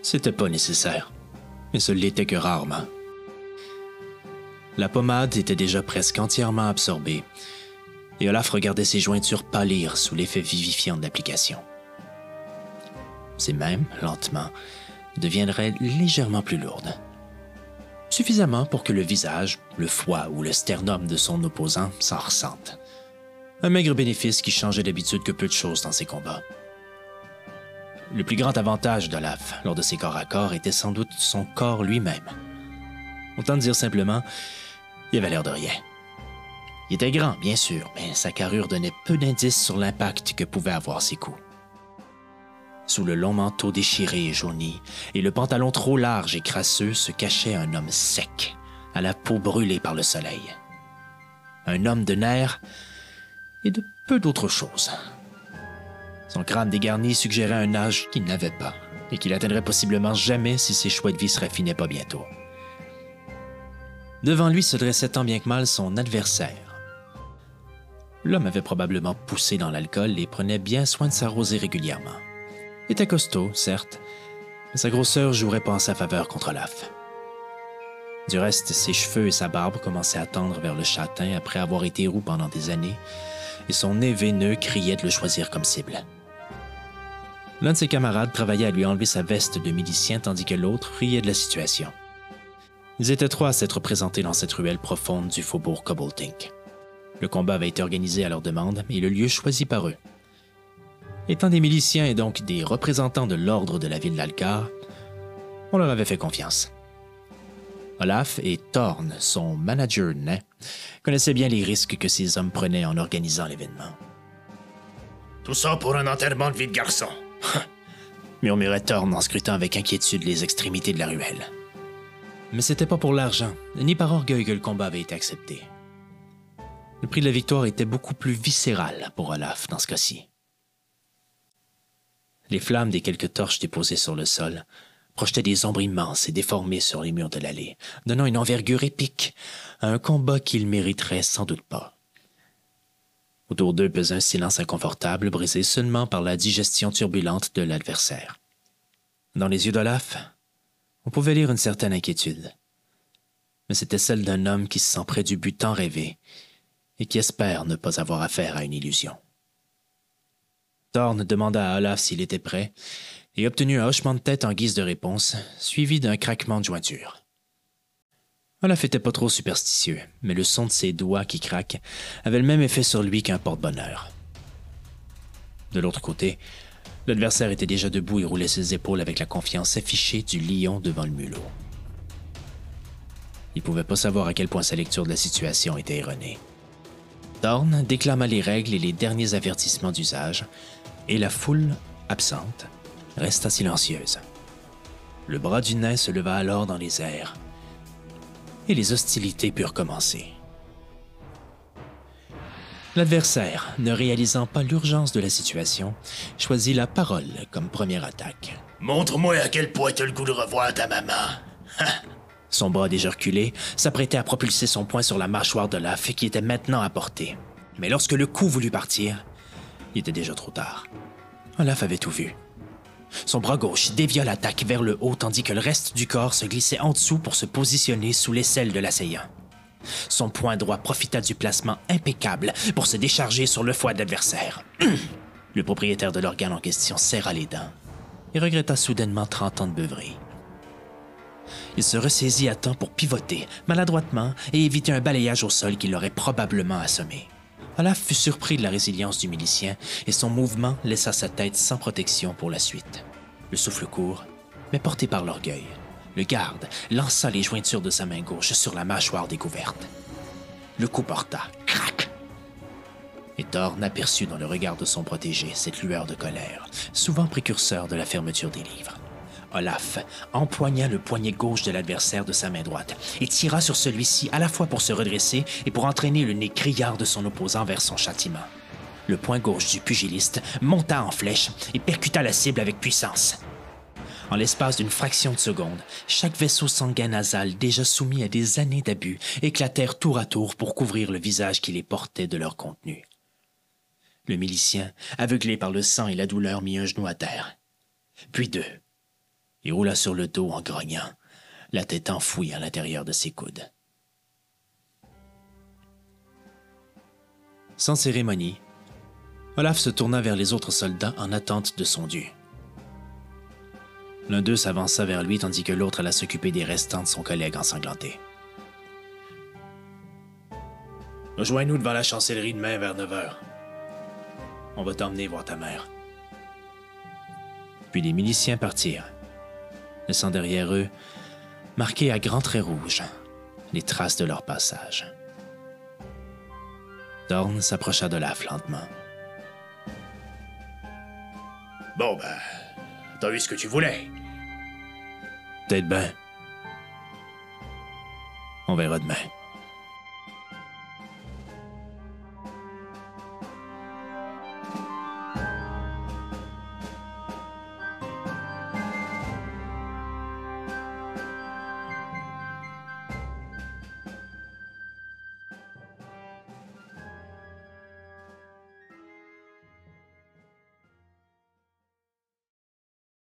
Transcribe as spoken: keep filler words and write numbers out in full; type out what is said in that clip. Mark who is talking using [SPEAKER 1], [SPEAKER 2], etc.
[SPEAKER 1] C'était pas nécessaire, mais ce l'était que rarement. La pommade était déjà presque entièrement absorbée, et Olaf regardait ses jointures pâlir sous l'effet vivifiant de l'application. Ses mains, lentement, deviendraient légèrement plus lourdes. Suffisamment pour que le visage, le foie ou le sternum de son opposant s'en ressentent. Un maigre bénéfice qui changeait d'habitude que peu de choses dans ses combats. Le plus grand avantage d'Olaf lors de ses corps à corps était sans doute son corps lui-même. Autant dire simplement, il avait l'air de rien. Il était grand, bien sûr, mais sa carrure donnait peu d'indices sur l'impact que pouvaient avoir ses coups. Sous le long manteau déchiré et jauni, et le pantalon trop large et crasseux se cachait un homme sec, à la peau brûlée par le soleil. Un homme de nerfs et de peu d'autres choses. Son crâne dégarni suggérait un âge qu'il n'avait pas, et qu'il atteindrait possiblement jamais si ses choix de vie se raffinaient pas bientôt. Devant lui se dressait tant bien que mal son adversaire. L'homme avait probablement poussé dans l'alcool et prenait bien soin de s'arroser régulièrement. Il était costaud, certes, mais sa grosseur jouerait pas en sa faveur contre Olaf. Du reste, ses cheveux et sa barbe commençaient à tendre vers le châtain après avoir été roux pendant des années, et son nez veineux criait de le choisir comme cible. L'un de ses camarades travaillait à lui enlever sa veste de milicien tandis que l'autre riait de la situation. Ils étaient trois à s'être présentés dans cette ruelle profonde du faubourg Koboltink. Le combat avait été organisé à leur demande et le lieu choisi par eux. Étant des miliciens et donc des représentants de l'ordre de la ville d'Alcar, on leur avait fait confiance. Olaf et Thorn, son manager nain, connaissaient bien les risques que ces hommes prenaient en organisant l'événement.
[SPEAKER 2] « Tout ça pour un enterrement de vie de garçon. »
[SPEAKER 1] murmurait Thorn en scrutant avec inquiétude les extrémités de la ruelle. Mais c'était pas pour l'argent, ni par orgueil que le combat avait été accepté. Le prix de la victoire était beaucoup plus viscéral pour Olaf dans ce cas-ci. Les flammes des quelques torches déposées sur le sol projetaient des ombres immenses et déformées sur les murs de l'allée, donnant une envergure épique à un combat qu'il mériterait sans doute pas. Autour d'eux pesait un silence inconfortable, brisé seulement par la digestion turbulente de l'adversaire. Dans les yeux d'Olaf, on pouvait lire une certaine inquiétude, mais c'était celle d'un homme qui se sent près du but tant rêvé et qui espère ne pas avoir affaire à une illusion. Thorn demanda à Olaf s'il était prêt et obtenu un hochement de tête en guise de réponse, suivi d'un craquement de jointure. Olaf était pas trop superstitieux, mais le son de ses doigts qui craquent avait le même effet sur lui qu'un porte-bonheur. De l'autre côté, l'adversaire était déjà debout et roulait ses épaules avec la confiance affichée du lion devant le mulot. Il pouvait pas savoir à quel point sa lecture de la situation était erronée. Thorn déclama les règles et les derniers avertissements d'usage, et la foule, absente, resta silencieuse. Le bras du nain se leva alors dans les airs, et les hostilités purent commencer. L'adversaire, ne réalisant pas l'urgence de la situation, choisit la parole comme première attaque.
[SPEAKER 2] « Montre-moi à quel point t'as le goût de revoir ta maman. »
[SPEAKER 1] Son bras déjà reculé s'apprêtait à propulser son poing sur la mâchoire d'Olaf qui était maintenant à portée. Mais lorsque le coup voulut partir, il était déjà trop tard. Olaf avait tout vu. Son bras gauche dévia l'attaque vers le haut tandis que le reste du corps se glissait en dessous pour se positionner sous l'aisselle de l'assaillant. Son poing droit profita du placement impeccable pour se décharger sur le foie de l'adversaire. Le propriétaire de l'organe en question serra les dents et regretta soudainement trente ans de beuverie. Il se ressaisit à temps pour pivoter, maladroitement, et éviter un balayage au sol qui l'aurait probablement assommé. Olaf fut surpris de la résilience du milicien et son mouvement laissa sa tête sans protection pour la suite. Le souffle court, mais porté par l'orgueil, le garde lança les jointures de sa main gauche sur la mâchoire découverte. Le coup porta, crac! Et Thorn aperçut dans le regard de son protégé cette lueur de colère, souvent précurseur de la fermeture des livres. Olaf empoigna le poignet gauche de l'adversaire de sa main droite et tira sur celui-ci à la fois pour se redresser et pour entraîner le nez criard de son opposant vers son châtiment. Le poing gauche du pugiliste monta en flèche et percuta la cible avec puissance. En l'espace d'une fraction de seconde, chaque vaisseau sanguin nasal déjà soumis à des années d'abus éclatèrent tour à tour pour couvrir le visage qui les portait de leur contenu. Le milicien, aveuglé par le sang et la douleur, mit un genou à terre, puis deux. Il roula sur le dos en grognant, la tête enfouie à l'intérieur de ses coudes. Sans cérémonie, Olaf se tourna vers les autres soldats en attente de son dû. L'un d'eux s'avança vers lui tandis que l'autre alla s'occuper des restants de son collègue ensanglanté. « Rejoins-nous devant la chancellerie demain vers neuf heures. On va t'emmener voir ta mère. » Puis les miliciens partirent, laissant derrière eux, marqués à grands traits rouges, les traces de leur passage. Dorn s'approcha d'Olaf lentement.
[SPEAKER 2] « Bon, ben, t'as eu ce que tu voulais. »
[SPEAKER 1] Peut-être bien. On verra demain.